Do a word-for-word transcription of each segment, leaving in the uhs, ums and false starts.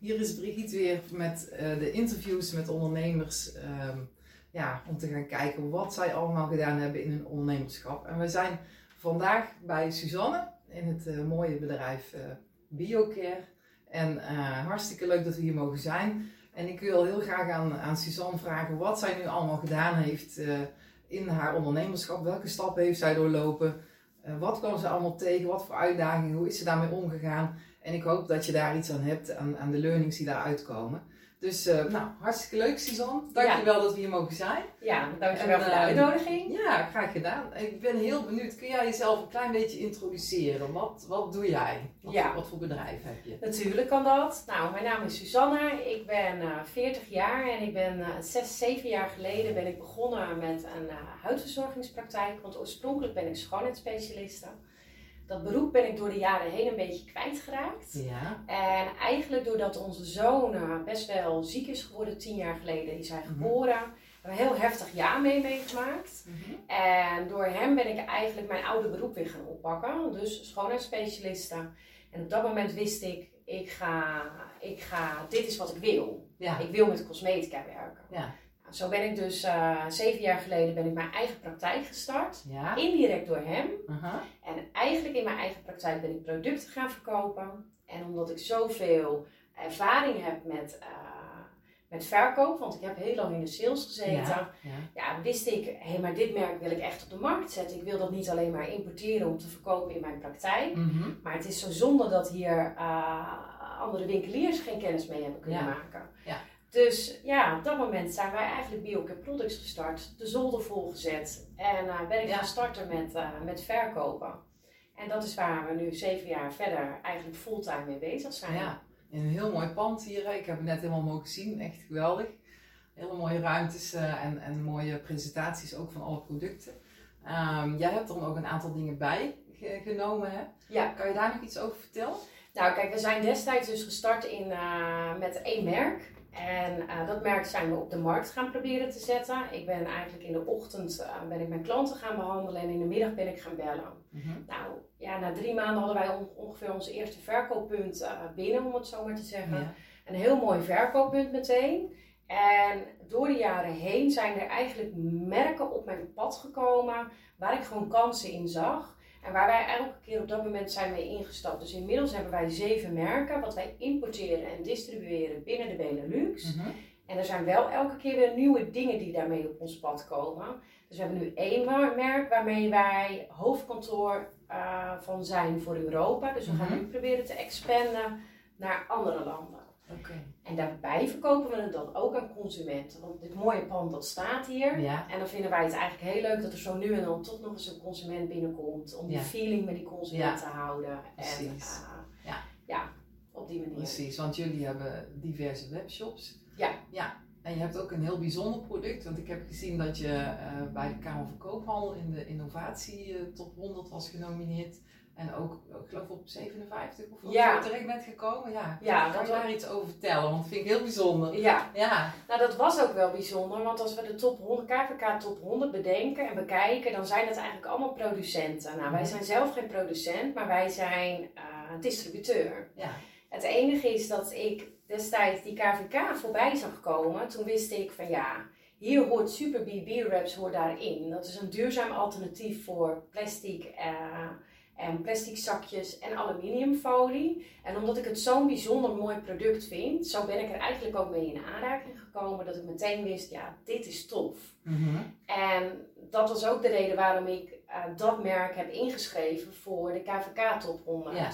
Hier is Brigitte weer met uh, de interviews met ondernemers. Um, ja, om te gaan kijken wat zij allemaal gedaan hebben in hun ondernemerschap. En we zijn vandaag bij Suzanne in het uh, mooie bedrijf uh, BioCare. En uh, hartstikke leuk dat we hier mogen zijn. En ik wil heel graag aan, aan Suzanne vragen wat zij nu allemaal gedaan heeft uh, in haar ondernemerschap. Welke stappen heeft zij doorlopen? Uh, wat kwam ze allemaal tegen? Wat voor uitdagingen? Hoe is ze daarmee omgegaan? En ik hoop dat je daar iets aan hebt, aan, aan de learnings die daaruit komen. Dus uh, nou, hartstikke leuk Suzanne. Dankjewel ja. dat we hier mogen zijn. Ja, dankjewel en, voor de uitnodiging. Uh, ja, graag gedaan. Ik ben heel benieuwd. Kun jij jezelf een klein beetje introduceren? Wat, wat doe jij? Wat, ja. wat voor bedrijf heb je? Natuurlijk kan dat. Nou, mijn naam is Suzanne. Ik ben uh, veertig jaar en ik ben uh, zes, zeven jaar geleden ben ik begonnen met een uh, huidverzorgingspraktijk. Want oorspronkelijk ben ik schoonheidsspecialiste. Dat beroep ben ik door de jaren heen een beetje kwijtgeraakt. Ja. En eigenlijk doordat onze zoon best wel ziek is geworden, tien jaar geleden is hij geboren. Mm-hmm. Hebben we een heel heftig jaar mee meegemaakt. Mm-hmm. En door hem ben ik eigenlijk mijn oude beroep weer gaan oppakken. Dus schoonheidsspecialiste. En op dat moment wist ik, ik ga, ik ga, dit is wat ik wil. Ja. Ik wil met cosmetica werken. Ja. Zo ben ik dus uh, zeven jaar geleden ben ik mijn eigen praktijk gestart. Ja. Indirect door hem. Uh-huh. En eigenlijk in mijn eigen praktijk ben ik producten gaan verkopen. En omdat ik zoveel ervaring heb met, uh, met verkoop, want ik heb heel lang in de sales gezeten. Ja. Ja. Ja, wist ik, hé, hey, maar dit merk wil ik echt op de markt zetten. Ik wil dat niet alleen maar importeren om te verkopen in mijn praktijk. Mm-hmm. Maar het is zo zonde dat hier uh, andere winkeliers geen kennis mee hebben kunnen ja. maken. Ja. Dus ja, op dat moment zijn wij eigenlijk BioCare Products gestart, de zolder volgezet en uh, ben ik ja. gaan starten met, uh, met verkopen. En dat is waar we nu zeven jaar verder eigenlijk fulltime mee bezig zijn. Ja, in een heel mooi pand hier. Ik heb het net helemaal mogen zien, echt geweldig. Hele mooie ruimtes uh, en, en mooie presentaties ook van alle producten. Um, jij hebt er ook een aantal dingen bij ge- genomen, hè? Ja. Kan je daar nog iets over vertellen? Nou kijk, we zijn destijds dus gestart in, uh, met één merk. En uh, dat merk zijn we op de markt gaan proberen te zetten. Ik ben eigenlijk in de ochtend uh, ben ik mijn klanten gaan behandelen en in de middag ben ik gaan bellen. Mm-hmm. Nou ja, na drie maanden hadden wij on- ongeveer ons eerste verkooppunt uh, binnen, om het zo maar te zeggen. Ja. Een heel mooi verkooppunt meteen. En door de jaren heen zijn er eigenlijk merken op mijn pad gekomen waar ik gewoon kansen in zag. En waar wij elke keer op dat moment zijn mee ingestapt. Dus inmiddels hebben wij zeven merken wat wij importeren en distribueren binnen de Benelux. Mm-hmm. En er zijn wel elke keer weer nieuwe dingen die daarmee op ons pad komen. Dus we hebben nu één merk waarmee wij hoofdkantoor uh, van zijn voor Europa. Dus we gaan Mm-hmm. nu proberen te expanden naar andere landen. Okay. En daarbij verkopen we het dan ook aan consumenten. Want dit mooie pand dat staat hier. Ja. En dan vinden wij het eigenlijk heel leuk dat er zo nu en dan toch nog eens een consument binnenkomt. Om die ja. feeling met die consument ja. te houden. Precies. En uh, ja. ja, op die manier. Precies, want jullie hebben diverse webshops. Ja. Ja. En je hebt ook een heel bijzonder product. Want ik heb gezien dat je uh, bij de Kamer van Koophandel in de innovatie uh, top honderd was genomineerd. En ook, ik geloof op zevenenvijftig of ja. zo terecht bent gekomen. Ja, ja kan je daar iets over vertellen? Want dat vind ik heel bijzonder. Ja. ja, nou dat was ook wel bijzonder. Want als we de top honderd, K V K top honderd bedenken en bekijken, dan zijn het eigenlijk allemaal producenten. Nou, wij zijn zelf geen producent, maar wij zijn uh, distributeur. Ja. Het enige is dat ik destijds die K V K voorbij zag komen. Toen wist ik van ja, hier hoort Super B B-Wraps hoort daarin. Dat is een duurzaam alternatief voor plastic uh, en plastic zakjes en aluminiumfolie. En omdat ik het zo'n bijzonder mooi product vind, zo ben ik er eigenlijk ook mee in aanraking gekomen. Dat ik meteen wist, ja, dit is tof. Mm-hmm. En dat was ook de reden waarom ik uh, dat merk heb ingeschreven voor de K V K top honderd. Ja.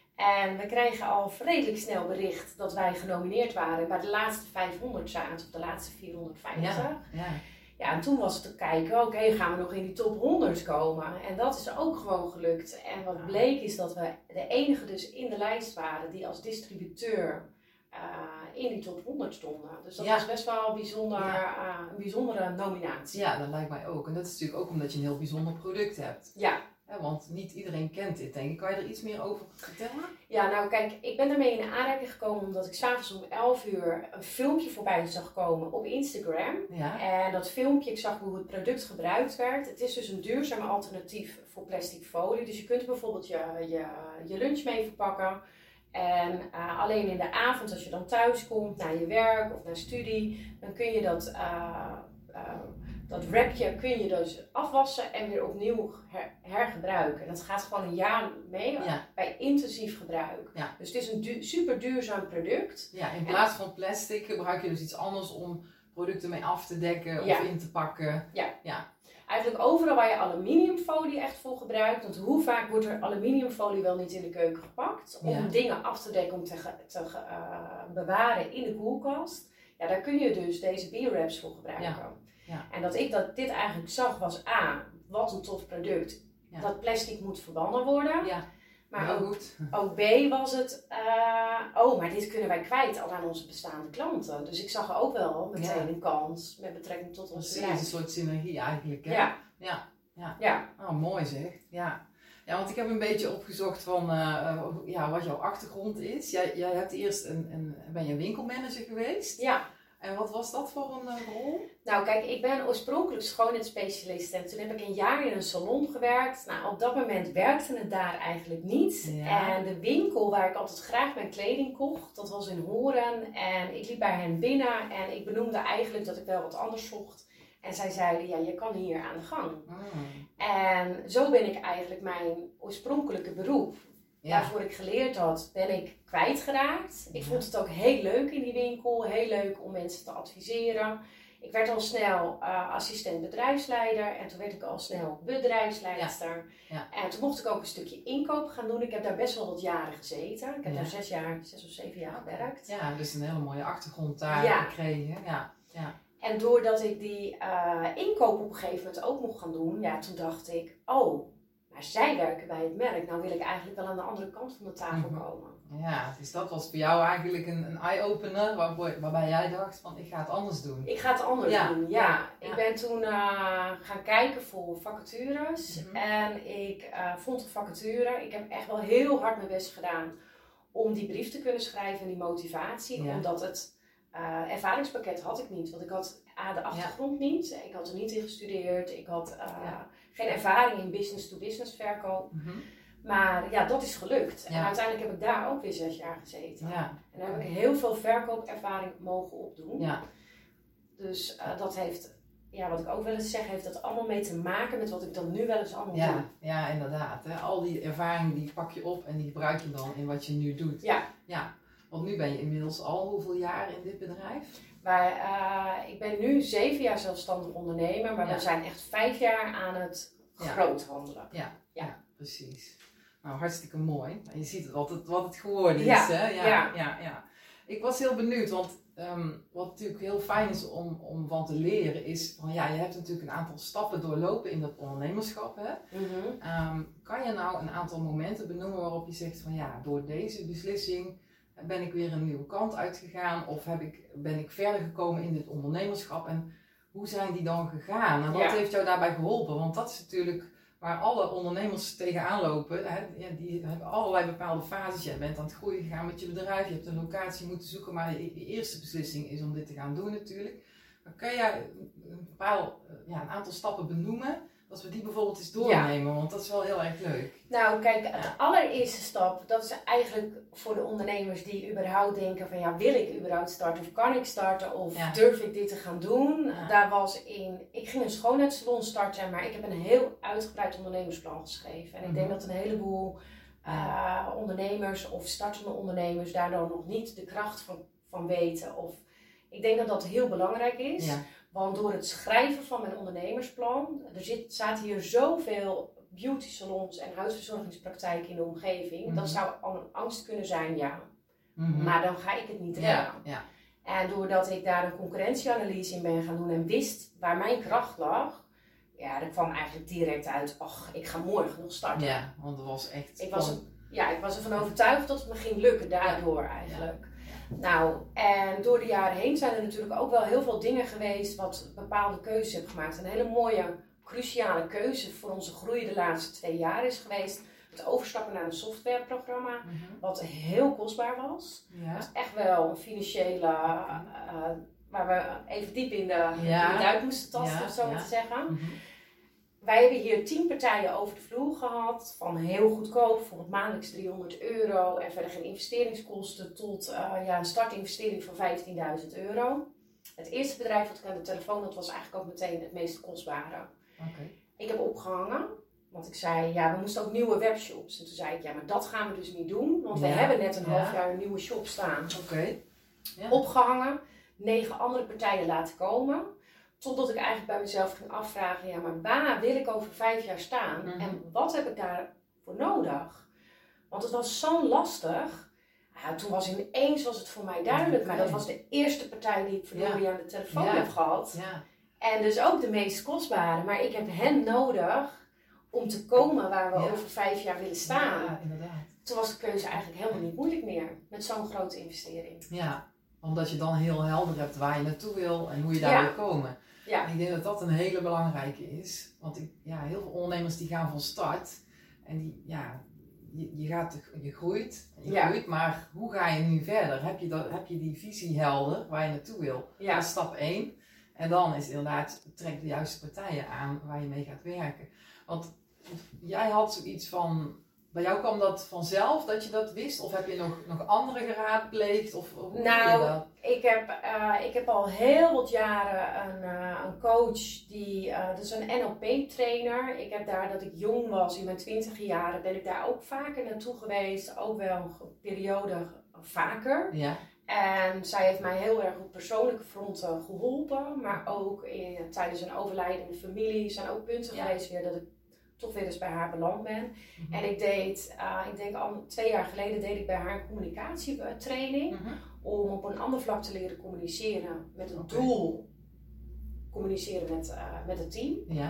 En we kregen al redelijk snel bericht dat wij genomineerd waren bij de laatste vijfhonderd zaten, of de laatste vierhonderdvijftig. Ja, ja. Ja, en toen was het te kijken, oké, okay, gaan we nog in die top honderd komen? En dat is ook gewoon gelukt. En wat bleek is dat we de enige dus in de lijst waren die als distributeur uh, in die top honderd stonden. Dus dat ja. was best wel bijzonder, ja. uh, een bijzondere nominatie. Ja, dat lijkt mij ook. En dat is natuurlijk ook omdat je een heel bijzonder product hebt. Ja. Ja, want niet iedereen kent dit, denk ik. Kan je er iets meer over vertellen? Ja, nou kijk, ik ben daarmee in aanraking gekomen omdat ik s'avonds om elf uur een filmpje voorbij zag komen op Instagram. Ja. En dat filmpje, ik zag hoe het product gebruikt werd. Het is dus een duurzaam alternatief voor plastic folie. Dus je kunt er bijvoorbeeld je, je, je lunch mee verpakken. En uh, alleen in de avond, als je dan thuis komt, naar je werk of naar studie, dan kun je dat, uh, uh, dat wrapje kun je dus afwassen en weer opnieuw her, hergebruiken. En dat gaat gewoon een jaar mee ja. bij intensief gebruik. Ja. Dus het is een du- super duurzaam product. Ja, in plaats van plastic gebruik je dus iets anders om producten mee af te dekken of ja. in te pakken. Ja. ja. Eigenlijk overal waar je aluminiumfolie echt voor gebruikt. Want hoe vaak wordt er aluminiumfolie wel niet in de keuken gepakt? Om ja. dingen af te dekken, om te, te uh, bewaren in de koelkast. Ja, daar kun je dus deze B-wraps voor gebruiken. Ja. Ja. En dat ik dat dit eigenlijk zag was A, wat een tof product. Ja. Dat plastic moet verbannen worden. Ja. Maar ook, goed. ook B was het, uh, oh, maar dit kunnen wij kwijt al aan onze bestaande klanten. Dus ik zag er ook wel meteen ja. een kans met betrekking tot onze bedrijf. Het is een soort synergie eigenlijk, hè? Ja. Ja. ja. ja. Oh, mooi zeg. Ja. Ja, want ik heb een beetje opgezocht van uh, ja, wat jouw achtergrond is. Jij, jij hebt eerst een, een, ben je winkelmanager geweest. Ja. En wat was dat voor een uh, rol? Nou kijk, ik ben oorspronkelijk schoonheidsspecialist en toen heb ik een jaar in een salon gewerkt. Nou, op dat moment werkte het daar eigenlijk niet. Ja. En de winkel waar ik altijd graag mijn kleding kocht, dat was in Horen. En ik liep bij hen binnen en ik benoemde eigenlijk dat ik wel wat anders zocht. En zij zeiden, ja, je kan hier aan de gang. Mm. En zo ben ik eigenlijk mijn oorspronkelijke beroep, ja. waarvoor ik geleerd had, ben ik kwijtgeraakt. Ik ja. vond het ook heel leuk in die winkel, heel leuk om mensen te adviseren. Ik werd al snel uh, assistent bedrijfsleider en toen werd ik al snel bedrijfsleidster. Ja. Ja. En toen mocht ik ook een stukje inkoop gaan doen. Ik heb daar best wel wat jaren gezeten. Ik heb ja. daar zes jaar, zes of zeven jaar gewerkt. Ja, dus een hele mooie achtergrond daar ja. gekregen. Ja. Ja. En doordat ik die uh, inkoop op een gegeven moment ook mocht gaan doen, ja, toen dacht ik, oh, maar zij werken bij het merk. Nou wil ik eigenlijk wel aan de andere kant van de tafel mm-hmm. komen. Ja, dus dat was voor jou eigenlijk een, een eye-opener waar, waarbij jij dacht van ik ga het anders doen. Ik ga het anders ja. doen, ja. ja. Ik ja. ben toen uh, gaan kijken voor vacatures mm-hmm. en ik uh, vond een vacature. Ik heb echt wel heel hard mijn best gedaan om die brief te kunnen schrijven en die motivatie. Ja. Omdat het uh, ervaringspakket had ik niet, want ik had A, de achtergrond ja. niet. Ik had er niet in gestudeerd, ik had uh, ja. geen ervaring in business-to-business verkoop. Mm-hmm. Maar ja, dat is gelukt. Ja. En uiteindelijk heb ik daar ook weer zes jaar gezeten. Ja. En daar heb ik heel veel verkoopervaring mogen opdoen. Ja. Dus uh, dat heeft, ja, wat ik ook wel eens zeg, heeft dat allemaal mee te maken met wat ik dan nu wel eens allemaal ja. doe. Ja, inderdaad. Hè. Al die ervaring die pak je op en die gebruik je dan in wat je nu doet. Ja. Ja. Want nu ben je inmiddels al hoeveel jaar in dit bedrijf? Maar, uh, ik ben nu zeven jaar zelfstandig ondernemer, maar ja. we zijn echt vijf jaar aan het groothandelen. Ja. Ja. Ja, precies. Nou, hartstikke mooi. Je ziet wat het, wat het geworden is. Ja. Hè? Ja, ja. Ja, ja. Ik was heel benieuwd, want um, wat natuurlijk heel fijn is om, om van te leren is, van ja, je hebt natuurlijk een aantal stappen doorlopen in dat ondernemerschap. Hè? Mm-hmm. Um, kan je nou een aantal momenten benoemen waarop je zegt van ja, door deze beslissing ben ik weer een nieuwe kant uitgegaan of heb ik, ben ik verder gekomen in dit ondernemerschap en hoe zijn die dan gegaan? En wat ja. heeft jou daarbij geholpen? Want dat is natuurlijk waar alle ondernemers tegenaan lopen. Hè? Ja, die hebben allerlei bepaalde fases. Jij bent aan het groeien gegaan met je bedrijf, je hebt een locatie moeten zoeken, maar de, de eerste beslissing is om dit te gaan doen natuurlijk. Dan kan jij een, bepaal, ja, een aantal stappen benoemen, als we die bijvoorbeeld eens doornemen, ja. want dat is wel heel erg leuk. Nou kijk, de ja. allereerste stap, dat is eigenlijk voor de ondernemers die überhaupt denken van ja, wil ik überhaupt starten of kan ik starten of ja. durf ik dit te gaan doen? Ja. Daar was in, ik ging een schoonheidssalon starten, maar ik heb een heel uitgebreid ondernemersplan geschreven. En ik mm-hmm. denk dat een heleboel uh, ondernemers of startende ondernemers daar dan nog niet de kracht van, van weten. Of, ik denk dat dat heel belangrijk is. Ja. Want door het schrijven van mijn ondernemersplan, er zit, staat hier zoveel beauty salons en huisverzorgingspraktijken in de omgeving. Mm-hmm. Dat zou al een angst kunnen zijn, ja. Mm-hmm. Maar dan ga ik het niet redden. Ja, ja. En doordat ik daar een concurrentieanalyse in ben gaan doen en wist waar mijn kracht lag, ja, er kwam eigenlijk direct uit, ach, ik ga morgen nog starten. Ja, want dat was echt... Ik was, ja, ik was ervan overtuigd dat het me ging lukken daardoor ja. eigenlijk. Ja. Nou, en door de jaren heen zijn er natuurlijk ook wel heel veel dingen geweest wat bepaalde keuzes heb gemaakt. Een hele mooie, cruciale keuze voor onze groei de laatste twee jaar is geweest het overstappen naar een softwareprogramma, mm-hmm. wat heel kostbaar was. Ja. Dat was echt wel een financiële, uh, waar we even diep in de, ja. in de duik moesten tasten, ja. om zo maar ja. te zeggen. Mm-hmm. wij hebben hier tien partijen over de vloer gehad. Van heel goedkoop, bijvoorbeeld maandelijks driehonderd euro. En verder geen investeringskosten tot uh, ja, een startinvestering van vijftienduizend euro. Het eerste bedrijf wat ik aan de telefoon had, was eigenlijk ook meteen het meest kostbare. Okay. Ik heb opgehangen. Want ik zei, ja, we moesten ook nieuwe webshops. En toen zei ik, ja, maar dat gaan we dus niet doen. Want we ja. hebben net een ja. half jaar een nieuwe shop staan. Okay. Ja. Opgehangen. Negen andere partijen laten komen. Totdat ik eigenlijk bij mezelf ging afvragen, ja, maar waar wil ik over vijf jaar staan? Mm-hmm. En wat heb ik daarvoor nodig? Want het was zo lastig. Ja, toen was ineens was het voor mij duidelijk. Okay. Maar dat was de eerste partij die ik verdorie ja. aan de telefoon ja. heb gehad. Ja. En dus ook de meest kostbare. Maar ik heb hen nodig om te komen waar we ja. over vijf jaar willen staan. Ja, inderdaad. Toen was de keuze eigenlijk helemaal niet moeilijk meer. Met zo'n grote investering. Ja, omdat je dan heel helder hebt waar je naartoe wil en hoe je daar ja. wil komen. Ja. En ik denk dat dat een hele belangrijke is. Want ik, ja, heel veel ondernemers die gaan van start. En die, ja, je, je, gaat, je groeit, je ja. groeit, maar hoe ga je nu verder? Heb je, dat, heb je die visie helder waar je naartoe wil? Ja. Dat is stap één. En dan is het inderdaad, trek de juiste partijen aan waar je mee gaat werken. Want jij had zoiets van, bij jou kwam dat vanzelf dat je dat wist? Of heb je nog, nog anderen geraadpleegd? Of hoe nou, doe je dat? Ik heb, uh, ik heb al heel wat jaren een, uh, een coach, die, uh, dat is een N L P trainer. Ik heb daar, dat ik jong was, in mijn twintig jaren, ben ik daar ook vaker naartoe geweest. Ook wel een periode vaker. Ja. En zij heeft mij heel erg op persoonlijke fronten geholpen. Maar ook in, tijdens een overlijdende familie zijn ook punten ja. geweest weer dat ik toch weer eens bij haar beland ben. Mm-hmm. En ik deed, uh, ik denk al twee jaar geleden deed ik bij haar een communicatietraining. Mm-hmm. Om op een ander vlak te leren communiceren met het okay. doel. Communiceren met, uh, met het team. Ja.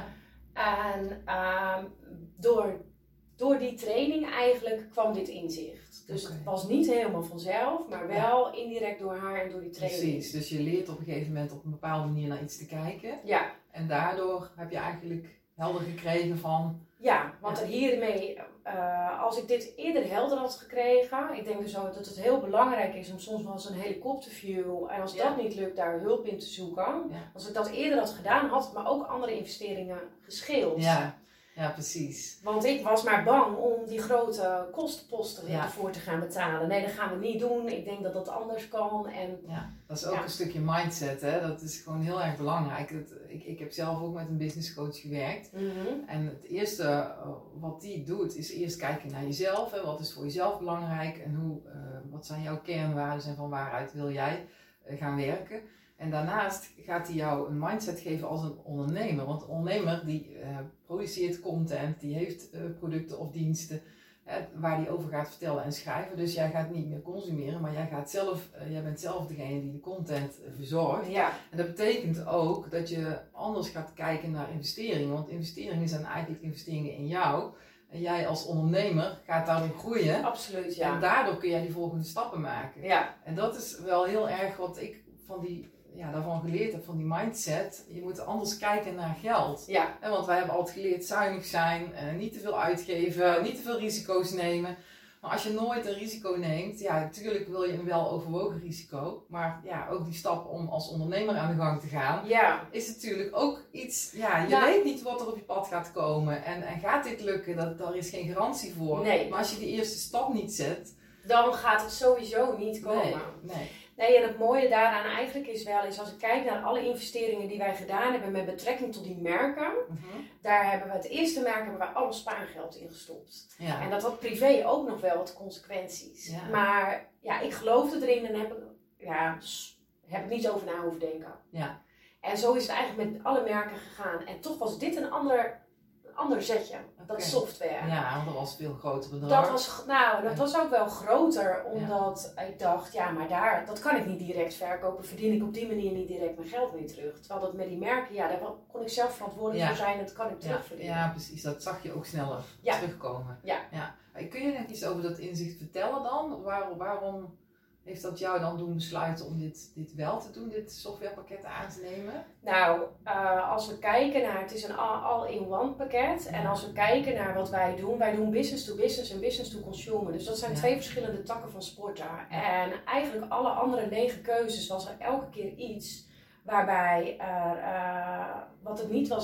En uh, door, door die training eigenlijk kwam dit inzicht. Dus okay. het was niet helemaal vanzelf, maar wel ja. indirect door haar en door die training. Precies, dus je leert op een gegeven moment op een bepaalde manier naar iets te kijken. Ja. En daardoor heb je eigenlijk helder gekregen van... Ja, want ja. hiermee, uh, als ik dit eerder helder had gekregen, ik denk dus ook dat het heel belangrijk is om soms wel eens een helikopterview, en als ja. dat niet lukt, daar hulp in te zoeken. Ja. Als ik dat eerder had gedaan, had het me ook andere investeringen gescheeld. Ja. Ja, precies. Want ik was maar bang om die grote kostenposten ja. ervoor te gaan betalen. Nee, dat gaan we niet doen. Ik denk dat dat anders kan. En, ja, dat is ook ja. een stukje mindset. Hè? Dat is gewoon heel erg belangrijk. Dat, ik, ik heb zelf ook met een business coach gewerkt. Mm-hmm. En het eerste uh, wat die doet, is eerst kijken naar jezelf. Hè? Wat is voor jezelf belangrijk? En hoe, uh, wat zijn jouw kernwaarden en van waaruit wil jij uh, gaan werken? En daarnaast gaat hij jou een mindset geven als een ondernemer. Want een ondernemer die uh, produceert content, die heeft uh, producten of diensten uh, waar hij over gaat vertellen en schrijven. Dus jij gaat niet meer consumeren, maar jij, gaat zelf, uh, jij bent zelf degene die de content uh, verzorgt. Ja. En dat betekent ook dat je anders gaat kijken naar investeringen. Want investeringen zijn eigenlijk investeringen in jou. En jij als ondernemer gaat daardoor groeien. Absoluut, ja. En daardoor kun jij die volgende stappen maken. Ja. En dat is wel heel erg wat ik van die... Ja, daarvan geleerd heb, van die mindset. Je moet anders kijken naar geld. Ja. En want wij hebben altijd geleerd zuinig zijn, uh, niet te veel uitgeven, niet te veel risico's nemen. Maar als je nooit een risico neemt, ja, natuurlijk wil je een wel overwogen risico. Maar ja, ook die stap om als ondernemer aan de gang te gaan, ja. is natuurlijk ook iets, ja, je ja. weet niet wat er op je pad gaat komen. En, en gaat dit lukken, dat, daar is geen garantie voor. Nee. Maar als je die eerste stap niet zet, dan gaat het sowieso niet komen. Nee, nee. Nee, en het mooie daaraan eigenlijk is wel, is als ik kijk naar alle investeringen die wij gedaan hebben met betrekking tot die merken, uh-huh. daar hebben we het eerste merk hebben we alle spaargeld in gestopt. Ja. En dat had privé ook nog wel wat consequenties. Ja. Maar ja, ik geloofde erin en heb ik, ja, heb ik niet over na hoeven denken. Ja. En zo is het eigenlijk met alle merken gegaan. En toch was dit een ander... ander zetje, okay. dat software. Ja, want dat was veel groter bedrag. Dat was, nou, dat was ook wel groter, omdat ja. ik dacht, ja, maar daar, dat kan ik niet direct verkopen, verdien ik op die manier niet direct mijn geld mee terug. Terwijl dat met die merken, ja, daar kon ik zelf verantwoordelijk ja. voor zijn en dat kan ik terugverdienen. Ja, ja, precies, dat zag je ook sneller ja. terugkomen. Ja. Ja. Kun je nog iets over dat inzicht vertellen dan? Waar, waarom heeft dat jou dan doen besluiten om dit, dit wel te doen, dit softwarepakket aan te nemen? Nou, uh, als we kijken naar, het is een all-in-one pakket. En als we kijken naar wat wij doen, wij doen business to business en business to consumer. Dus dat zijn ja. twee verschillende takken van Sporta. En eigenlijk alle andere negen keuzes was er elke keer iets waarbij er, uh, wat het niet was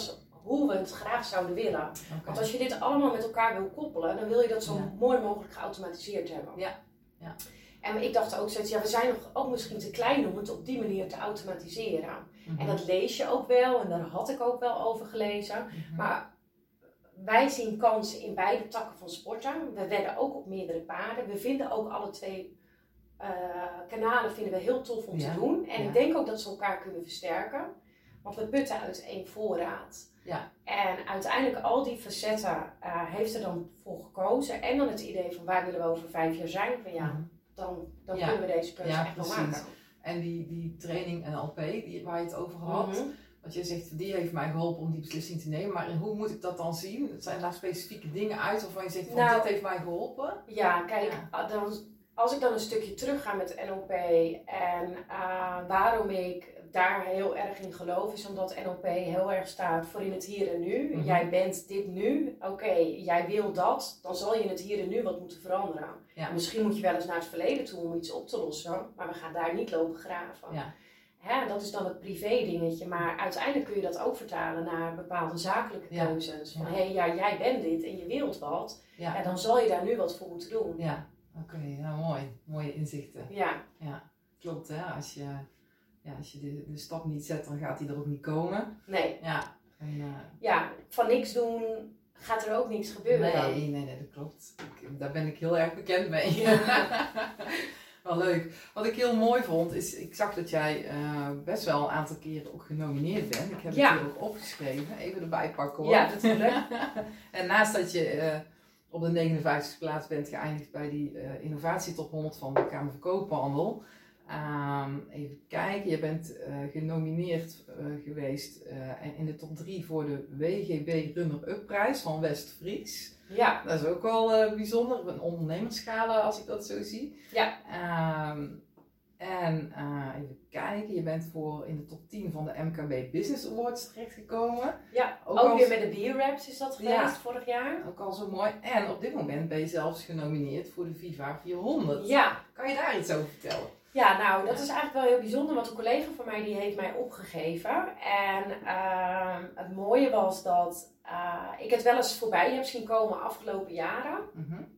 hoe we het graag zouden willen. Okay. Want als je dit allemaal met elkaar wil koppelen, dan wil je dat zo ja. mooi mogelijk geautomatiseerd hebben. Ja. Ja. En ik dacht ook zoiets, ja, we zijn nog ook misschien te klein om het op die manier te automatiseren. Mm-hmm. En dat lees je ook wel en daar had ik ook wel over gelezen. Mm-hmm. Maar wij zien kansen in beide takken van sporten. We wedden ook op meerdere paarden. We vinden ook alle twee uh, kanalen vinden we heel tof om ja. te doen. En ja. ik denk ook dat ze elkaar kunnen versterken. Want we putten uit één voorraad. Ja. En uiteindelijk al die facetten uh, heeft er dan voor gekozen. En dan het idee van waar willen we over vijf jaar zijn. Van ja, mm-hmm. dan, dan ja. kunnen we deze keuze ja, echt wel maken. En die, die training N L P die, waar je het over had. Mm-hmm. Want je zegt, die heeft mij geholpen om die beslissing te nemen. Maar hoe moet ik dat dan zien? Het zijn daar specifieke dingen uit waarvan je zegt, van, nou, dit heeft mij geholpen? Ja, kijk, ja. Dan, als ik dan een stukje terug ga met N L P en uh, waarom ik daar heel erg in geloof, is omdat N L P heel erg staat voor in het hier en nu. Mm-hmm. Jij bent dit nu, oké, okay, jij wil dat, dan zal je in het hier en nu wat moeten veranderen. Ja. Misschien moet je wel eens naar het verleden toe om iets op te lossen, maar we gaan daar niet lopen graven. Ja. Hè, dat is dan het privé dingetje, maar uiteindelijk kun je dat ook vertalen naar bepaalde zakelijke ja. keuzes. Van ja. hé, hey, ja, jij bent dit en je wilt wat, ja. Ja, dan zal je daar nu wat voor moeten doen. Ja, oké, okay, nou mooi. Mooie inzichten. Ja. Ja, klopt hè, als je, ja, als je de, de stap niet zet, dan gaat die er ook niet komen. Nee. Ja, en, uh... ja, van niks doen gaat er ook niks gebeuren. Nee, nee, nee, dat klopt. Ik, daar ben ik heel erg bekend mee. Ja. Wel leuk. Wat ik heel mooi vond, is ik zag dat jij uh, best wel een aantal keren ook genomineerd bent. Ik heb ja. het hier ook opgeschreven. Even erbij pakken hoor. Ja, natuurlijk. En naast dat je uh, op de negenenvijftigste plaats bent geëindigd bij die uh, innovatietop honderd van de Kamer van Koophandel. Um, even kijken, je bent uh, genomineerd uh, geweest uh, in de top drie voor de W G B Runner-up prijs van West-Fries. Ja. Dat is ook wel uh, bijzonder, een ondernemerschala als ik dat zo zie. Ja. Um, en uh, even kijken, je bent voor in de top tien van de M K B Business Awards terechtgekomen. Ja, ook, ook weer met de B-Raps is dat geweest ja, vorig jaar. Ook al zo mooi. En op dit moment ben je zelfs genomineerd voor de Viva vierhonderd. Ja. Kan je daar iets over vertellen? Ja, nou, dat is eigenlijk wel heel bijzonder, want een collega van mij die heeft mij opgegeven. En uh, het mooie was dat uh, ik het wel eens voorbij heb zien komen afgelopen jaren. Mm-hmm.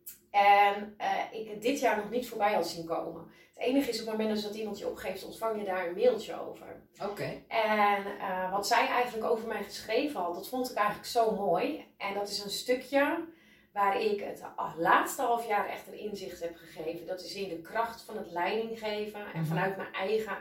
En uh, ik het dit jaar nog niet voorbij had zien komen. Het enige is op het moment dat iemand je opgeeft, ontvang je daar een mailtje over. Oké. Okay. En uh, wat zij eigenlijk over mij geschreven had, dat vond ik eigenlijk zo mooi. En dat is een stukje waar ik het laatste half jaar echt een inzicht heb gegeven. Dat is in de kracht van het leiding geven. En mm-hmm. vanuit mijn eigen,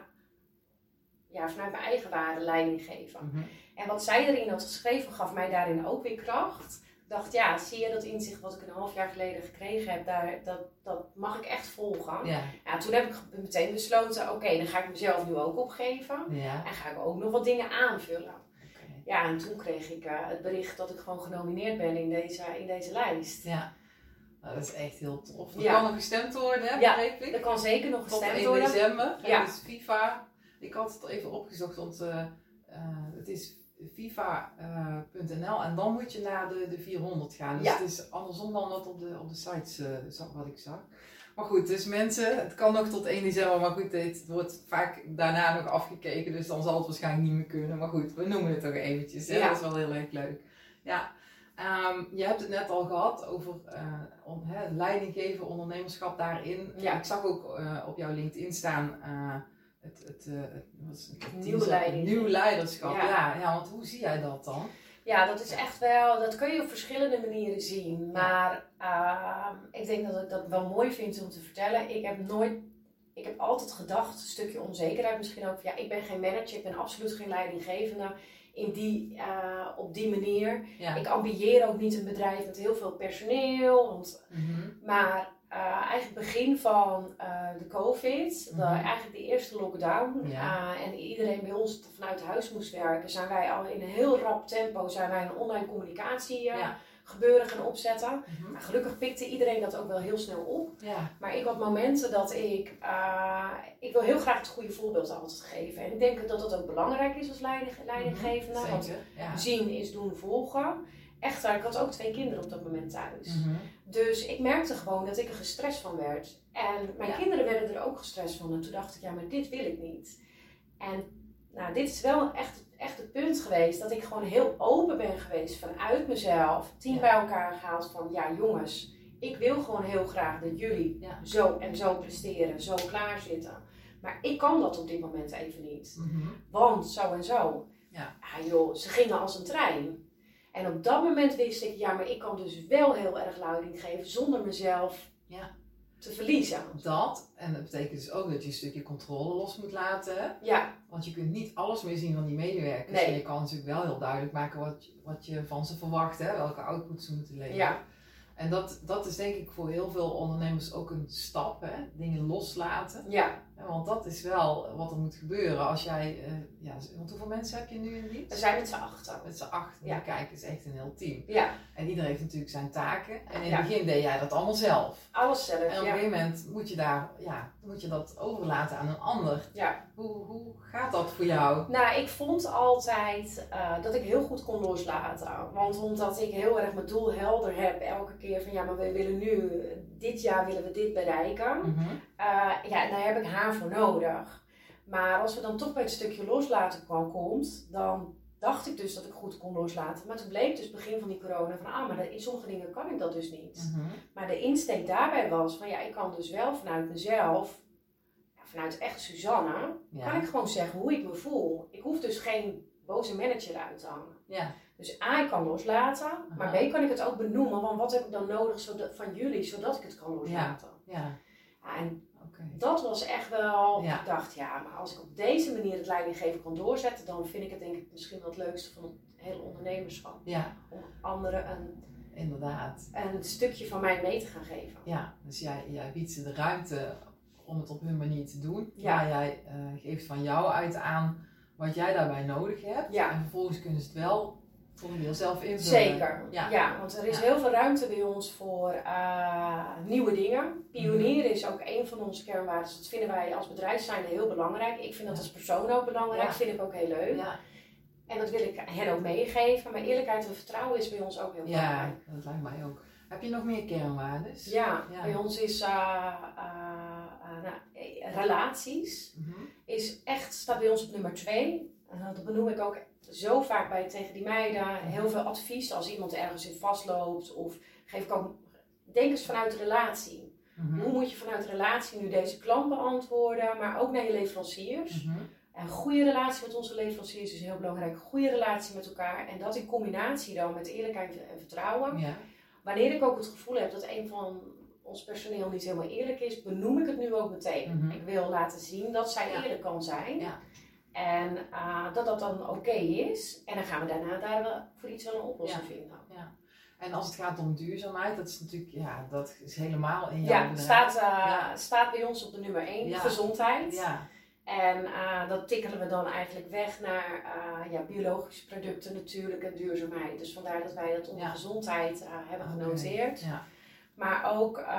ja, vanuit mijn eigen waarde leiding geven. Mm-hmm. En wat zij erin had geschreven, gaf mij daarin ook weer kracht. Ik dacht, ja, zie je dat inzicht wat ik een half jaar geleden gekregen heb, daar, dat, dat mag ik echt volgen. Ja. Ja, toen heb ik meteen besloten, oké, okay, dan ga ik mezelf nu ook opgeven. Ja. En ga ik ook nog wat dingen aanvullen. Ja, en toen kreeg ik uh, het bericht dat ik gewoon genomineerd ben in deze, in deze lijst. Ja, nou, dat is echt heel tof. Er ja. kan nog gestemd worden, hè, ja, begreep ik? er kan zeker nog gestemd Tot worden. in december. Ja. Dus FIFA, ik had het even opgezocht, want uh, uh, het is FIFA punt n l en dan moet je naar de, de vierhonderd gaan. Dus ja. het is andersom dan wat op de, op de sites uh, wat ik zag. Maar goed, dus mensen, het kan nog tot één december, maar goed, het wordt vaak daarna nog afgekeken, dus dan zal het waarschijnlijk niet meer kunnen. Maar goed, we noemen het toch eventjes, hè? Ja. Dat is wel heel erg leuk. Ja, um, je hebt het net al gehad over uh, on, hè, leiding geven, ondernemerschap daarin. Ja. Ik zag ook uh, op jouw LinkedIn staan, uh, het, het, uh, het, het, het nieuwe leiding. Nieuw leiderschap, ja. Ja, ja, want hoe zie jij dat dan? Ja, dat is echt wel, dat kun je op verschillende manieren zien. Maar uh, ik denk dat ik dat wel mooi vind om te vertellen. Ik heb nooit, ik heb altijd gedacht, een stukje onzekerheid misschien ook. Ja, ik ben geen manager, ik ben absoluut geen leidinggevende in die, uh, op die manier. Ja. Ik ambieer ook niet een bedrijf met heel veel personeel. Want, mm-hmm. Maar uh, eigenlijk begin van uh, de COVID, mm-hmm. de, eigenlijk de eerste lockdown. Ja. Uh, en iedereen bij ons vanuit huis moest werken. Zijn wij al in een heel rap tempo zijn wij een online communicatie uh, ja. gebeuren gaan opzetten. Mm-hmm. Maar gelukkig pikte iedereen dat ook wel heel snel op. Ja. Maar ik had momenten dat ik, uh, ik wil heel graag het goede voorbeeld altijd geven. En ik denk dat dat ook belangrijk is als leiding, leidinggevende. Mm-hmm. Want ja. zien is doen volgen. Echter, ik had ook twee kinderen op dat moment thuis. Mm-hmm. Dus ik merkte gewoon dat ik er gestrest van werd. En mijn ja. kinderen werden er ook gestrest van. En toen dacht ik, ja, maar dit wil ik niet. En nou, dit is wel echt, echt het punt geweest dat ik gewoon heel open ben geweest vanuit mezelf. Team ja. bij elkaar gehaald van, ja jongens, ik wil gewoon heel graag dat jullie ja. zo en zo presteren, zo klaar zitten. Maar ik kan dat op dit moment even niet. Mm-hmm. Want zo en zo. Ja. Ah, joh, ze gingen als een trein. En op dat moment wist ik, ja, maar ik kan dus wel heel erg leiding geven zonder mezelf ja. te verliezen. Dat, en dat betekent dus ook dat je een stukje controle los moet laten. Ja. Want je kunt niet alles meer zien van die medewerkers. Nee. En je kan natuurlijk wel heel duidelijk maken wat je, wat je van ze verwacht, hè? Welke output ze moeten leveren. Ja. En dat, dat is denk ik voor heel veel ondernemers ook een stap, hè? Dingen loslaten. Ja. Ja, want dat is wel wat er moet gebeuren als jij, uh, ja, want hoeveel mensen heb je nu in dienst? We zijn met z'n achten. Met z'n achten, ja. Kijk, het is echt een heel team. Ja. En iedereen heeft natuurlijk zijn taken. En in ja. het begin deed jij dat allemaal zelf. Alles zelf, En op een ja. gegeven moment moet je, daar, ja, moet je dat overlaten aan een ander. Ja. Hoe, hoe gaat dat voor jou? Nou, ik vond altijd uh, dat ik heel goed kon loslaten. Want omdat ik heel erg mijn doel helder heb, elke keer van ja, maar we willen nu, dit jaar willen we dit bereiken. Mm-hmm. Uh, ja, en daar heb ik haar voor nodig. Maar als we dan toch bij het stukje loslaten kwam, komt, dan dacht ik dus dat ik goed kon loslaten. Maar toen bleek dus begin van die corona van, ah, maar in sommige dingen kan ik dat dus niet. Mm-hmm. Maar de insteek daarbij was van, ja, ik kan dus wel vanuit mezelf, ja, vanuit echt Suzanne, ja. kan ik gewoon zeggen hoe ik me voel. Ik hoef dus geen boze manager uit te hangen. Ja. Dus A, ik kan loslaten, uh-huh. maar B, kan ik het ook benoemen, want wat heb ik dan nodig zodat, van jullie, zodat ik het kan loslaten. Ja. Ja. Ja, en okay. dat was echt wel, ja. ik dacht, ja, maar als ik op deze manier het leidinggeven kan doorzetten, dan vind ik het denk ik misschien wel het leukste van het hele ondernemerschap. Ja. Om anderen een, Inderdaad. een stukje van mij mee te gaan geven. Ja, dus jij, jij biedt ze de ruimte om het op hun manier te doen. Ja. Maar jij uh, geeft van jou uit aan wat jij daarbij nodig hebt. Ja. En vervolgens kunnen ze het wel voor een deel zelf invullen. Zeker, ja. ja want er is ja. heel veel ruimte bij ons voor uh, nieuwe dingen. Pionieren is ook een van onze kernwaarden. Dat vinden wij als bedrijf zijn heel belangrijk. Ik vind dat ja. als persoon ook belangrijk. Ja. vind ik ook heel leuk. Ja. En dat wil ik hen ook meegeven. Maar eerlijkheid en vertrouwen is bij ons ook heel belangrijk. Ja, dat lijkt mij ook. Heb je nog meer kernwaarden? Ja, ja, bij ons is uh, uh, uh, nou, relaties. Mm-hmm. Is echt, staat bij ons op nummer twee. Uh, dat benoem ik ook zo vaak bij tegen die meiden. Heel veel advies als iemand ergens in vastloopt. Of geef ik ook, denk eens vanuit de relatie. Mm-hmm. Hoe moet je vanuit de relatie nu deze klant beantwoorden, maar ook naar je leveranciers. Mm-hmm. Een goede relatie met onze leveranciers is heel belangrijk. Een goede relatie met elkaar. En dat in combinatie dan met eerlijkheid en vertrouwen. Ja. Wanneer ik ook het gevoel heb dat een van ons personeel niet helemaal eerlijk is, benoem ik het nu ook meteen. Mm-hmm. Ik wil laten zien dat zij ja. eerlijk kan zijn. Ja. En uh, dat dat dan oké okay is. En dan gaan we daarna daar wel voor iets wel een oplossing ja. vinden. Ja. En als het gaat om duurzaamheid, dat is natuurlijk, ja, dat is helemaal in jouw ja, bedrijf. Staat, uh, ja, staat bij ons op de nummer één, ja. gezondheid. Ja. En uh, dat tikkelen we dan eigenlijk weg naar uh, ja, biologische producten natuurlijk en duurzaamheid. Dus vandaar dat wij dat onder ja. gezondheid uh, hebben okay. genoteerd. Ja. Maar ook uh,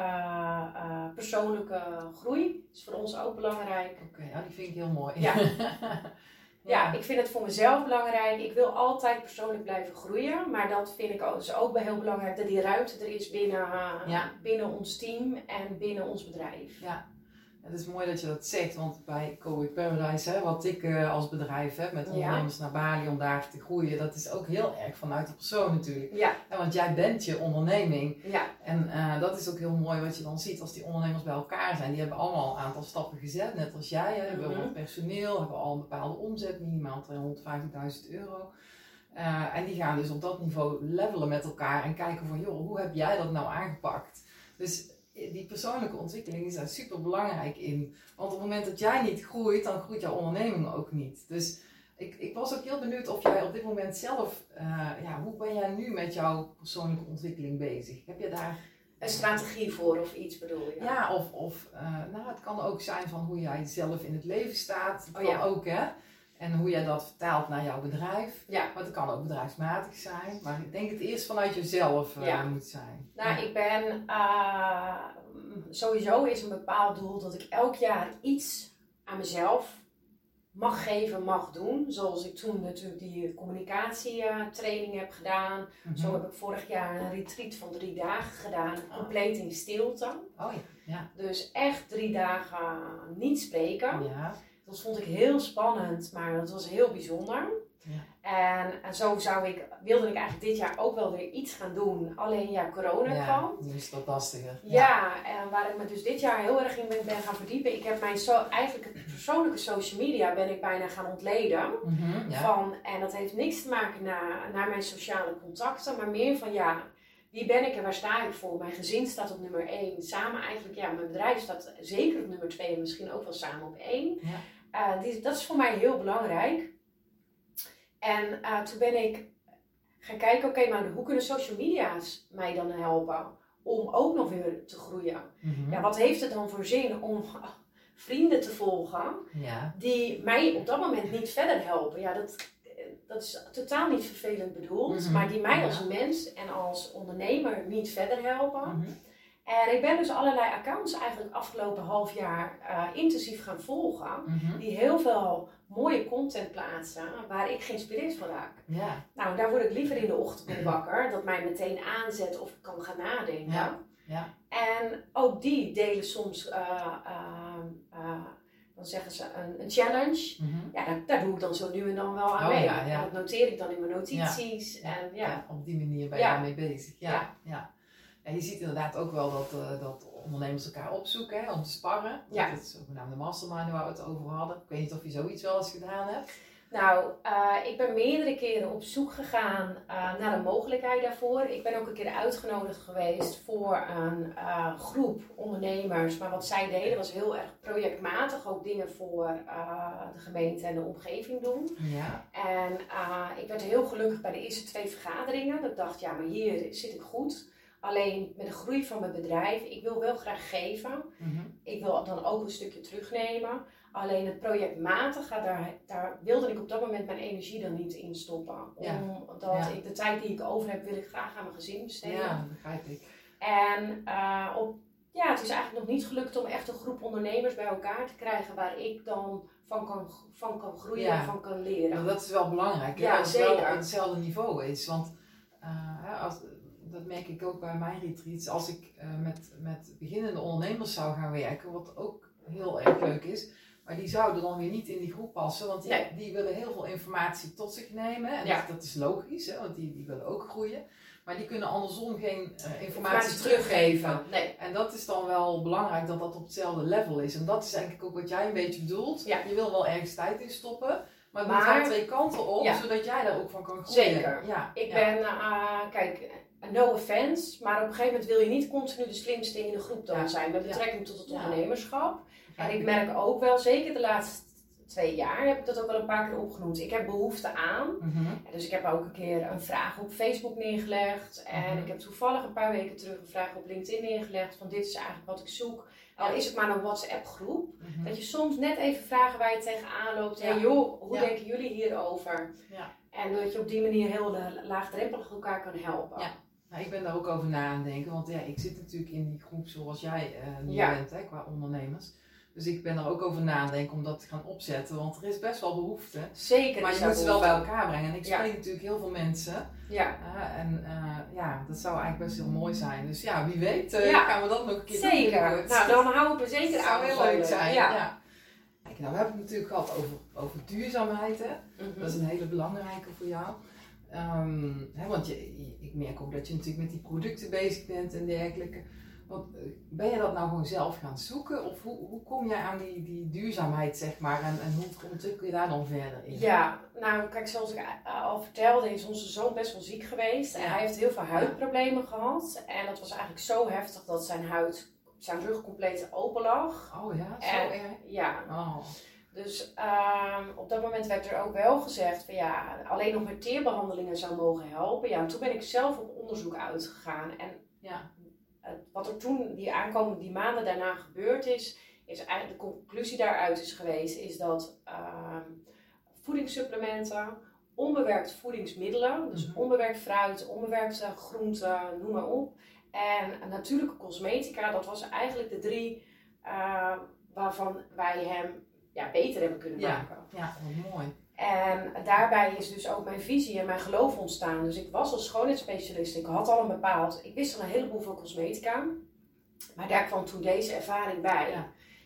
uh, persoonlijke groei is voor ons ook belangrijk. Oké, okay, nou, die vind ik heel mooi. Ja. ja. ja, ik vind het voor mezelf belangrijk. Ik wil altijd persoonlijk blijven groeien. Maar dat vind ik ook, is ook heel belangrijk dat die ruimte er is binnen, uh, ja. binnen ons team en binnen ons bedrijf. Ja. Het is mooi dat je dat zegt, want bij Cowork Paradise, hè, wat ik uh, als bedrijf heb met ondernemers ja. naar Bali om daar te groeien, dat is ook heel erg vanuit de persoon natuurlijk. Ja. Ja, want jij bent je onderneming. Ja. En uh, dat is ook heel mooi wat je dan ziet als die ondernemers bij elkaar zijn. Die hebben allemaal een aantal stappen gezet, net als jij. Hè. Hebben mm-hmm. personeel, hebben al een bepaalde omzet, minimaal tweehonderdvijftigduizend euro. Uh, en die gaan dus op dat niveau levelen met elkaar en kijken van, joh, hoe heb jij dat nou aangepakt? Dus die persoonlijke ontwikkeling is daar super belangrijk in. Want op het moment dat jij niet groeit, dan groeit jouw onderneming ook niet. Dus ik, ik was ook heel benieuwd of jij op dit moment zelf, uh, ja, hoe ben jij nu met jouw persoonlijke ontwikkeling bezig? Heb je daar een strategie voor of iets bedoel je? Ja, of, of uh, nou, het kan ook zijn van hoe jij zelf in het leven staat. Het oh, kan ja. ook, hè. En hoe jij dat vertaalt naar jouw bedrijf. Ja. Maar het kan ook bedrijfsmatig zijn. Maar ik denk het eerst vanuit jezelf uh, ja. moet zijn. Nou, ja. ik ben... Uh, sowieso is een bepaald doel dat ik elk jaar iets aan mezelf mag geven, mag doen. Zoals ik toen natuurlijk die communicatietraining heb gedaan. Mm-hmm. Zo heb ik vorig jaar een retreat van drie dagen gedaan. Oh. Compleet in stilte. Oh ja. Ja. Dus echt drie dagen niet spreken. Ja. Dat vond ik heel spannend, maar dat was heel bijzonder. Ja. En, en zo zou ik, wilde ik eigenlijk dit jaar ook wel weer iets gaan doen. Alleen ja, corona ja, kwam. nu is dat lastiger. Ja. ja, en waar ik me dus dit jaar heel erg in ben, ben gaan verdiepen. Ik heb mijn so, eigenlijk het persoonlijke social media ben ik bijna gaan ontleden. Mm-hmm, ja. van, en dat heeft niks te maken naar, naar mijn sociale contacten, maar meer van ja, wie ben ik en waar sta ik voor? Mijn gezin staat op nummer één. Samen eigenlijk, ja, mijn bedrijf staat zeker op nummer twee en misschien ook wel samen op één. Ja. Uh, die, dat is voor mij heel belangrijk. En uh, toen ben ik gaan kijken, oké, okay, maar hoe kunnen social media's mij dan helpen om ook nog weer te groeien? Mm-hmm. Ja, wat heeft het dan voor zin om uh, vrienden te volgen ja. die mij op dat moment niet verder helpen? Ja, dat, dat is totaal niet vervelend bedoeld, mm-hmm. maar die mij ja. als mens en als ondernemer niet verder helpen. Mm-hmm. En ik ben dus allerlei accounts eigenlijk afgelopen half jaar uh, intensief gaan volgen. Mm-hmm. Die heel veel mooie content plaatsen waar ik geïnspireerd van raak. Ja. Nou, daar word ik liever in de ochtend wakker. Dat mij meteen aanzet of ik kan gaan nadenken. Ja. Ja. En ook die delen soms, uh, uh, uh, dan zeggen ze een, een challenge. Mm-hmm. Ja, daar, daar doe ik dan zo nu en dan wel aan oh, mee. Ja, ja. En dat noteer ik dan in mijn notities. Ja. En, ja. Ja, op die manier ben je ja. daarmee bezig. Ja. Ja. Ja. En je ziet inderdaad ook wel dat, uh, dat ondernemers elkaar opzoeken hè, om te sparren. Ja. Dat is zogenaamde mastermind waar we het over hadden. Ik weet niet of je zoiets wel eens gedaan hebt. Nou, uh, ik ben meerdere keren op zoek gegaan uh, naar een mogelijkheid daarvoor. Ik ben ook een keer uitgenodigd geweest voor een uh, groep ondernemers. Maar wat zij deden was heel erg projectmatig. Ook dingen voor uh, de gemeente en de omgeving doen. Ja. En uh, ik werd heel gelukkig bij de eerste twee vergaderingen. Dat ik dacht, ja, maar hier zit ik goed. Alleen met de groei van mijn bedrijf, ik wil wel graag geven. Mm-hmm. Ik wil dan ook een stukje terugnemen. Alleen het projectmatige, daar, daar wilde ik op dat moment mijn energie dan niet in stoppen. Ja. Omdat Ja. ik de tijd die ik over heb, wil ik graag aan mijn gezin besteden. Ja, dat begrijp ik. En uh, op, ja, het is eigenlijk nog niet gelukt om echt een groep ondernemers bij elkaar te krijgen waar ik dan van kan, van kan groeien Ja. en van kan leren. Nou, dat is wel belangrijk. Ja, dat het zeker. wel op hetzelfde niveau is. Want uh, als, dat merk ik ook bij mijn retreats. Als ik uh, met, met beginnende ondernemers zou gaan werken, wat ook heel erg leuk is. Maar die zouden dan weer niet in die groep passen, want die, Nee. die willen heel veel informatie tot zich nemen. En Ja. dat, dat is logisch, hè, want die, die willen ook groeien. Maar die kunnen andersom geen uh, informatie, Informatie teruggeven. teruggeven. Nee. En dat is dan wel belangrijk dat dat op hetzelfde level is. En dat is eigenlijk ook wat jij een beetje bedoelt. Ja. Je wil wel ergens tijd in stoppen, maar het Maar- moet wel twee kanten op, Ja. zodat jij daar ook van kan groeien. Zeker. Ja. Ik ja. ben, uh, kijk, no offense, maar op een gegeven moment wil je niet continu de slimste in de groep dan Ja. zijn met Ja. betrekking tot het Ja. ondernemerschap. Begrijp En ik ik. merk ook wel, zeker de laatste twee jaar, heb ik dat ook wel een paar keer opgenoemd. Ik heb behoefte aan. Mhm. En dus ik heb ook een keer een vraag op Facebook neergelegd. En Mhm. ik heb toevallig een paar weken terug een vraag op LinkedIn neergelegd. Van dit is eigenlijk wat ik zoek. Al Ja. is het maar een WhatsApp groep. Mhm. Dat je soms net even vragen waar je tegenaan loopt. Ja. Hey joh, hoe Ja. denken jullie hierover? Ja. En dat je op die manier heel la- laagdrempelig elkaar kan helpen. Ja. Nou, ik ben daar ook over na aan het denken, want ja, ik zit natuurlijk in die groep zoals jij uh, nu Ja. bent, hè, qua ondernemers. Dus ik ben er ook over na aan het denken om dat te gaan opzetten, want er is best wel behoefte. Zeker. Maar is je daar moet ze wel bij behoefte. elkaar brengen. En ik Ja. spreek natuurlijk heel veel mensen. Ja, Uh, en uh, ja, dat zou eigenlijk best heel mooi zijn. Dus ja, wie weet uh, Ja. gaan we dat nog een keer doen. zeker. binnenkort. Nou, dan hou ik me zeker dat aan. zou heel leuk zijn. Ja. Ja. Kijk, nou, we hebben het natuurlijk gehad over, over duurzaamheid. Hè? Mhm. Dat is een hele belangrijke voor jou. Um, hè, want je, ik merk ook dat je natuurlijk met die producten bezig bent en dergelijke. Want, uh, ben je dat nou gewoon zelf gaan zoeken? Of hoe, hoe kom jij aan die, die duurzaamheid, zeg maar? En, en hoe ontwikkel je daar dan verder in? Ja, nou kijk, zoals ik al vertelde, is onze zoon best wel ziek geweest. En Ja. hij heeft heel veel huidproblemen gehad. En dat was eigenlijk zo heftig dat zijn huid, zijn rug compleet open lag. Oh ja, zo En- erg? Ja, Oh. dus um, op dat moment werd er ook wel gezegd van ja, alleen nog met teerbehandelingen zou mogen helpen. Ja, en toen ben ik zelf op onderzoek uitgegaan. En Ja. uh, wat er toen, die aankomende, die maanden daarna gebeurd is, is eigenlijk de conclusie daaruit is geweest, is dat um, voedingssupplementen, onbewerkt voedingsmiddelen, dus Mhm. onbewerkt fruit, onbewerkte groenten, noem maar op. En natuurlijke cosmetica, dat was eigenlijk de drie uh, waarvan wij hem ja, beter hebben kunnen Ja. maken. Ja, wat mooi. En daarbij is dus ook mijn visie en mijn geloof ontstaan. Dus ik was als schoonheidsspecialist, ik had al een bepaald, ik wist al een heleboel van cosmetica. Maar daar kwam toen deze ervaring bij. Ja.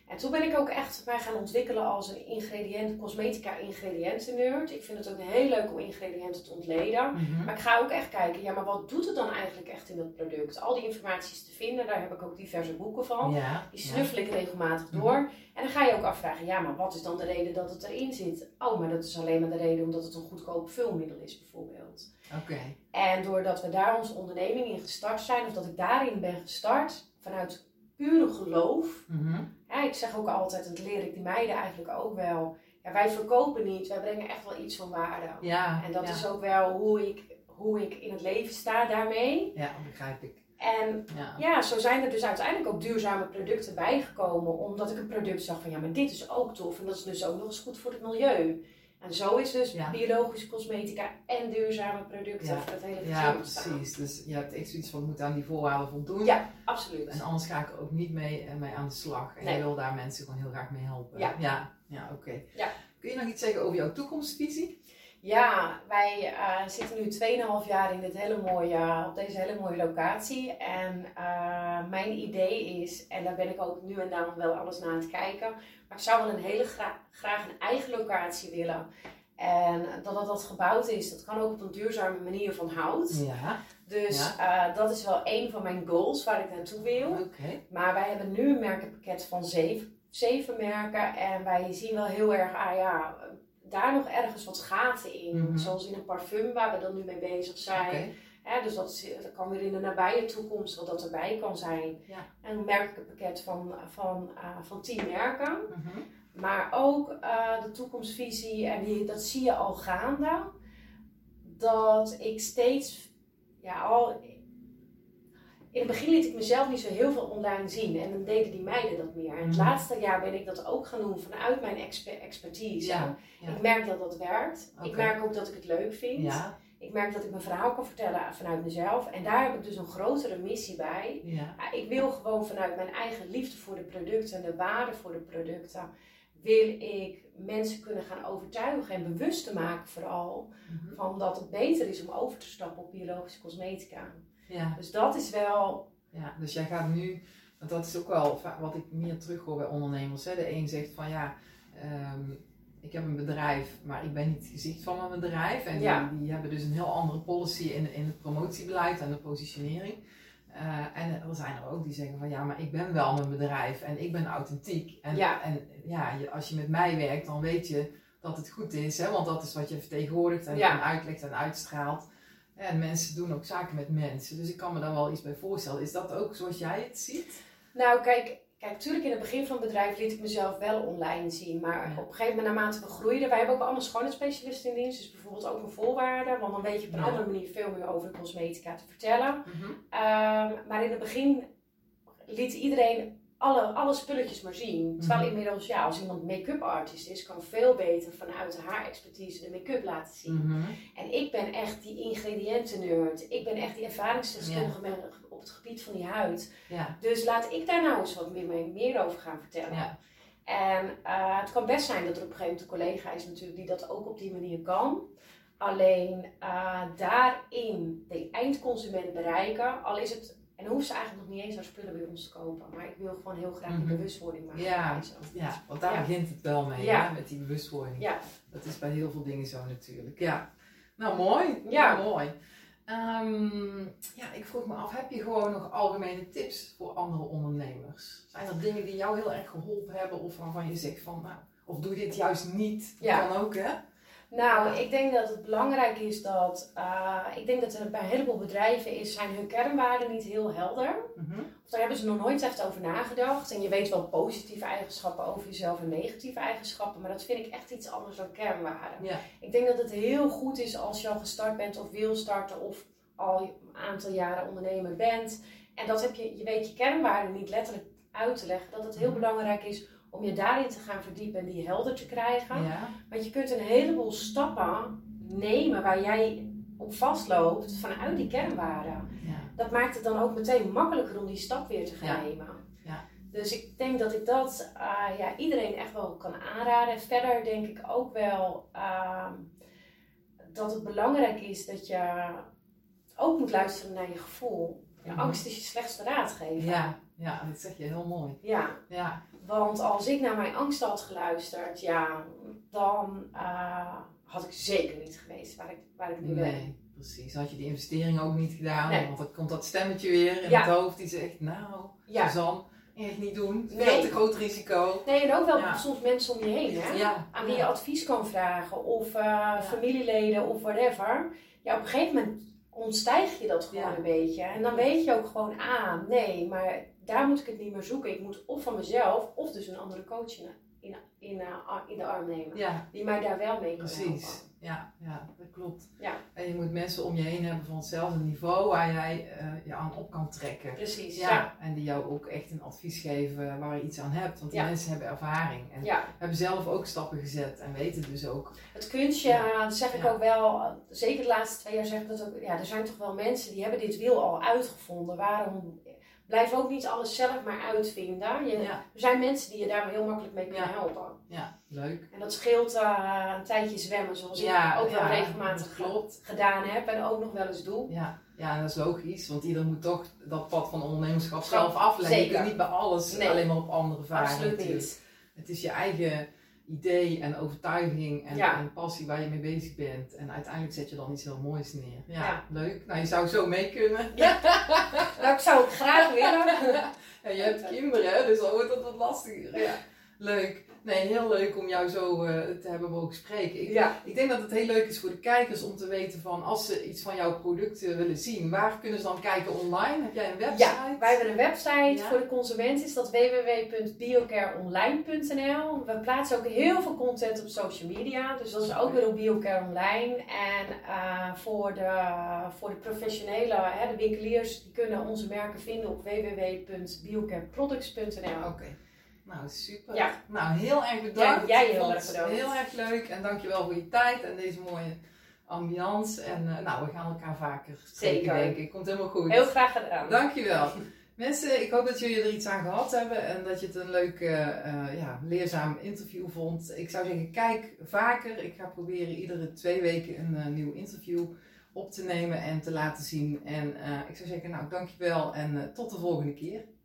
En toen ben ik ook echt mij gaan ontwikkelen als een ingrediënt, cosmetica ingrediënten nerd. Ik vind het ook heel leuk om ingrediënten te ontleden. Mm-hmm. Maar ik ga ook echt kijken, ja, maar wat doet het dan eigenlijk echt in dat product? Al die informatie is te vinden, daar heb ik ook diverse boeken van. Ja, Die snuffel ik ja. regelmatig door. Mm-hmm. En dan ga je ook afvragen, ja, maar wat is dan de reden dat het erin zit? Oh, maar dat is alleen maar de reden omdat het een goedkoop vulmiddel is bijvoorbeeld. Oké. Okay. En doordat we daar onze onderneming in gestart zijn, of dat ik daarin ben gestart, vanuit pure geloof. Mm-hmm. Ja, ik zeg ook altijd, en dat leer ik die meiden eigenlijk ook wel. Ja, wij verkopen niet, wij brengen echt wel iets van waarde. Ja, en dat ja. is ook wel hoe ik, hoe ik in het leven sta daarmee. Ja, dat begrijp ik. En ja. ja, zo zijn er dus uiteindelijk ook duurzame producten bijgekomen. Omdat ik een product zag van, ja, maar dit is ook tof. En dat is dus ook nog eens goed voor het milieu. En zo is dus ja. biologische cosmetica en duurzame producten ja. voor het hele gezin Ja, bestaan. precies. Dus je hebt echt zoiets van, ik moet aan die voorwaarden voldoen. Ja, absoluut. En anders ga ik er ook niet mee, mee aan de slag. En nee. je wil daar mensen gewoon heel graag mee helpen. Ja. Ja, ja oké. Okay. Ja. Kun je nog iets zeggen over jouw toekomstvisie? Ja, wij uh, zitten nu twee komma vijf jaar in dit hele mooie, op deze hele mooie locatie. En uh, mijn idee is, en daar ben ik ook nu en dan wel alles naar aan het kijken, maar ik zou wel een hele gra- graag een eigen locatie willen. En dat dat, dat gebouwd is, dat kan ook op een duurzame manier van hout. Ja. Dus ja. Uh, dat is wel een van mijn goals waar ik naartoe wil. Okay. Maar wij hebben nu een merkenpakket van zeven, zeven merken. En wij zien wel heel erg, ah ja, daar nog ergens wat gaten in. Mm-hmm. Zoals in een parfum waar we dan nu mee bezig zijn. Okay. Ja, dus dat, is, dat kan weer in de nabije toekomst wat dat erbij kan zijn. Ja. En een merkenpakket van, van, uh, van tien merken. Mm-hmm. Maar ook uh, de toekomstvisie, en die, dat zie je al gaande. Dat ik steeds, ja al... In het begin liet ik mezelf niet zo heel veel online zien. En dan deden die meiden dat meer. En het mm-hmm. laatste jaar ben ik dat ook gaan doen vanuit mijn exper- expertise. Ja, ja. Ik merk dat dat werkt. Okay. Ik merk ook dat ik het leuk vind. Ja. Ik merk dat ik mijn verhaal kan vertellen vanuit mezelf. En daar heb ik dus een grotere missie bij. Ja. Ja, ik wil gewoon vanuit mijn eigen liefde voor de producten en de waarde voor de producten, wil ik mensen kunnen gaan overtuigen en bewust te maken vooral mm-hmm. van dat het beter is om over te stappen op biologische cosmetica. Ja. Dus dat is wel... Ja, dus jij gaat nu, want dat is ook wel wat ik meer terughoor bij ondernemers. Hè. De een zegt van ja, um, ik heb een bedrijf, maar ik ben niet het gezicht van mijn bedrijf. En ja. die, die hebben dus een heel andere policy in, in het promotiebeleid en de positionering. Uh, en er zijn er ook die zeggen van ja, maar ik ben wel mijn bedrijf en ik ben authentiek. En ja, en, ja je, als je met mij werkt, dan weet je dat het goed is. Hè, want dat is wat je vertegenwoordigt en, ja. en uitlegt en uitstraalt. En mensen doen ook zaken met mensen. Dus ik kan me daar wel iets bij voorstellen. Is dat ook zoals jij het ziet? Nou, kijk, kijk, natuurlijk in het begin van het bedrijf liet ik mezelf wel online zien. Maar ja. op een gegeven moment, naarmate we groeiden, wij hebben ook allemaal schoonheidsspecialisten in dienst. Dus bijvoorbeeld ook een voorwaarde. Want dan weet je op een ja. andere manier veel meer over de cosmetica te vertellen. Mm-hmm. Um, maar in het begin liet iedereen alle, alle spulletjes maar zien. Terwijl mm-hmm. inmiddels, ja, als iemand make-up artist is, kan veel beter vanuit haar expertise de make-up laten zien. Mm-hmm. En ik ben echt die ingrediënten nerd. Ik ben echt die ervaringsdeskundige ja. op het gebied van die huid. Ja. Dus laat ik daar nou eens wat meer, meer over gaan vertellen. Ja. En uh, het kan best zijn dat er op een gegeven moment een collega is natuurlijk die dat ook op die manier kan. Alleen uh, daarin de eindconsument bereiken, al is het... En dan hoeft ze eigenlijk nog niet eens haar spullen bij ons te kopen. Maar ik wil gewoon heel graag die mm-hmm. bewustwording maken. Ja, ja, want daar ja. begint het wel mee, ja. hè, met die bewustwording. Ja. Dat is bij heel veel dingen zo natuurlijk. Ja. Nou, mooi. Ja. Ja, mooi. Um, ja, ik vroeg me af, heb je gewoon nog algemene tips voor andere ondernemers? Zijn er dingen die jou heel erg geholpen hebben of waarvan je zegt van, nou, of doe je dit juist niet? Dat ja. kan ook, hè? Nou, ik denk dat het belangrijk is dat, uh, ik denk dat er bij een heleboel bedrijven is, zijn hun kernwaarden niet heel helder. Mm-hmm. Of daar hebben ze nog nooit echt over nagedacht. En je weet wel positieve eigenschappen over jezelf en negatieve eigenschappen, maar dat vind ik echt iets anders dan kernwaarden. Yeah. Ik denk dat het heel goed is als je al gestart bent of wil starten of al een aantal jaren ondernemer bent. En dat heb je, je weet je kernwaarden niet letterlijk uit te leggen, dat het heel belangrijk is om je daarin te gaan verdiepen en die helder te krijgen. Ja. Want je kunt een heleboel stappen nemen waar jij op vastloopt vanuit die kernwaarden. Ja. Dat maakt het dan ook meteen makkelijker om die stap weer te gaan ja. nemen. Ja. Dus ik denk dat ik dat uh, ja, iedereen echt wel kan aanraden. Verder denk ik ook wel uh, dat het belangrijk is dat je ook moet luisteren naar je gevoel. Ja, mm-hmm. angst is je slechtste raadgever. Ja, ja, dat zeg je heel mooi. Ja. Ja. Want als ik naar mijn angst had geluisterd, ja, dan uh, had ik zeker niet geweest waar ik, waar ik nu ben. Nee, precies. Had je die investering ook niet gedaan, nee. want dan komt dat stemmetje weer in ja. het hoofd die zegt, nou, ja. Suzanne, echt niet doen. Veel nee. te groot risico. Nee, en ook wel ja. soms mensen om je heen, hè? Ja. Aan wie ja. je advies kan vragen, of uh, ja. familieleden, of whatever. Ja, op een gegeven moment ontstijg je dat gewoon ja. een beetje. En dan weet je ook gewoon, ah, nee, maar daar moet ik het niet meer zoeken. Ik moet of van mezelf, of dus een andere coach in, in, in, uh, in de arm nemen. Ja. Die mij daar wel mee kan Precies. helpen. Ja, ja, dat klopt. Ja. En je moet mensen om je heen hebben van hetzelfde niveau waar jij uh, je aan op kan trekken. Precies, ja. ja. En die jou ook echt een advies geven waar je iets aan hebt. Want die ja. mensen hebben ervaring. En ja. hebben zelf ook stappen gezet en weten dus ook. Het kunstje, ja. dat zeg ik ja. ook wel, zeker de laatste twee jaar zeg ik dat ook. Ja, er zijn toch wel mensen die hebben dit wiel al uitgevonden. Waarom... Blijf ook niet alles zelf maar uitvinden. Je, ja. Er zijn mensen die je daar heel makkelijk mee kunnen ja. helpen. Ja, leuk. En dat scheelt uh, een tijdje zwemmen, zoals ja, ik ook ja, wel regelmatig klopt. gedaan heb en ook nog wel eens doe. Ja. ja, en dat is logisch, want ieder moet toch dat pad van ondernemerschap zelf afleggen. Je kunt niet bij alles nee. alleen maar op anderen varen. Absoluut natuurlijk. niet. Het is je eigen idee en overtuiging en, ja. en passie waar je mee bezig bent. En uiteindelijk zet je dan iets heel moois neer. Ja, ja. leuk. Nou, je zou zo mee kunnen. Ja. Nou, ik zou het graag willen. Ja, je hebt kinderen, hè, dus dan wordt dat wat lastiger. Ja. Leuk. Nee, heel leuk om jou zo uh, te hebben mogen spreken. Ik, ja. ik denk dat het heel leuk is voor de kijkers om te weten van als ze iets van jouw producten willen zien, waar kunnen ze dan kijken online? Heb jij een website? Ja, wij hebben een website ja. voor de consument, is dat w w w punt biocareonline punt n l. We plaatsen ook heel veel content op social media, dus dat is ook weer op Biocare Online. En uh, voor, de, voor de professionele, hè, de winkeliers, die kunnen onze merken vinden op w w w punt biocareproducts punt n l. Oké. Okay. Nou, super. Ja. Nou, heel erg bedankt. Ja, jij heel erg bedankt. Heel erg leuk en dankjewel voor je tijd en deze mooie ambiance. En uh, nou, we gaan elkaar vaker spreken, Zeker. denk ik. Komt helemaal goed. Heel graag gedaan. Dankjewel. Mensen, ik hoop dat jullie er iets aan gehad hebben en dat je het een leuk, uh, uh, ja, leerzaam interview vond. Ik zou zeggen, kijk vaker. Ik ga proberen iedere twee weken een uh, nieuw interview op te nemen en te laten zien. En uh, ik zou zeggen, nou, dankjewel en uh, tot de volgende keer.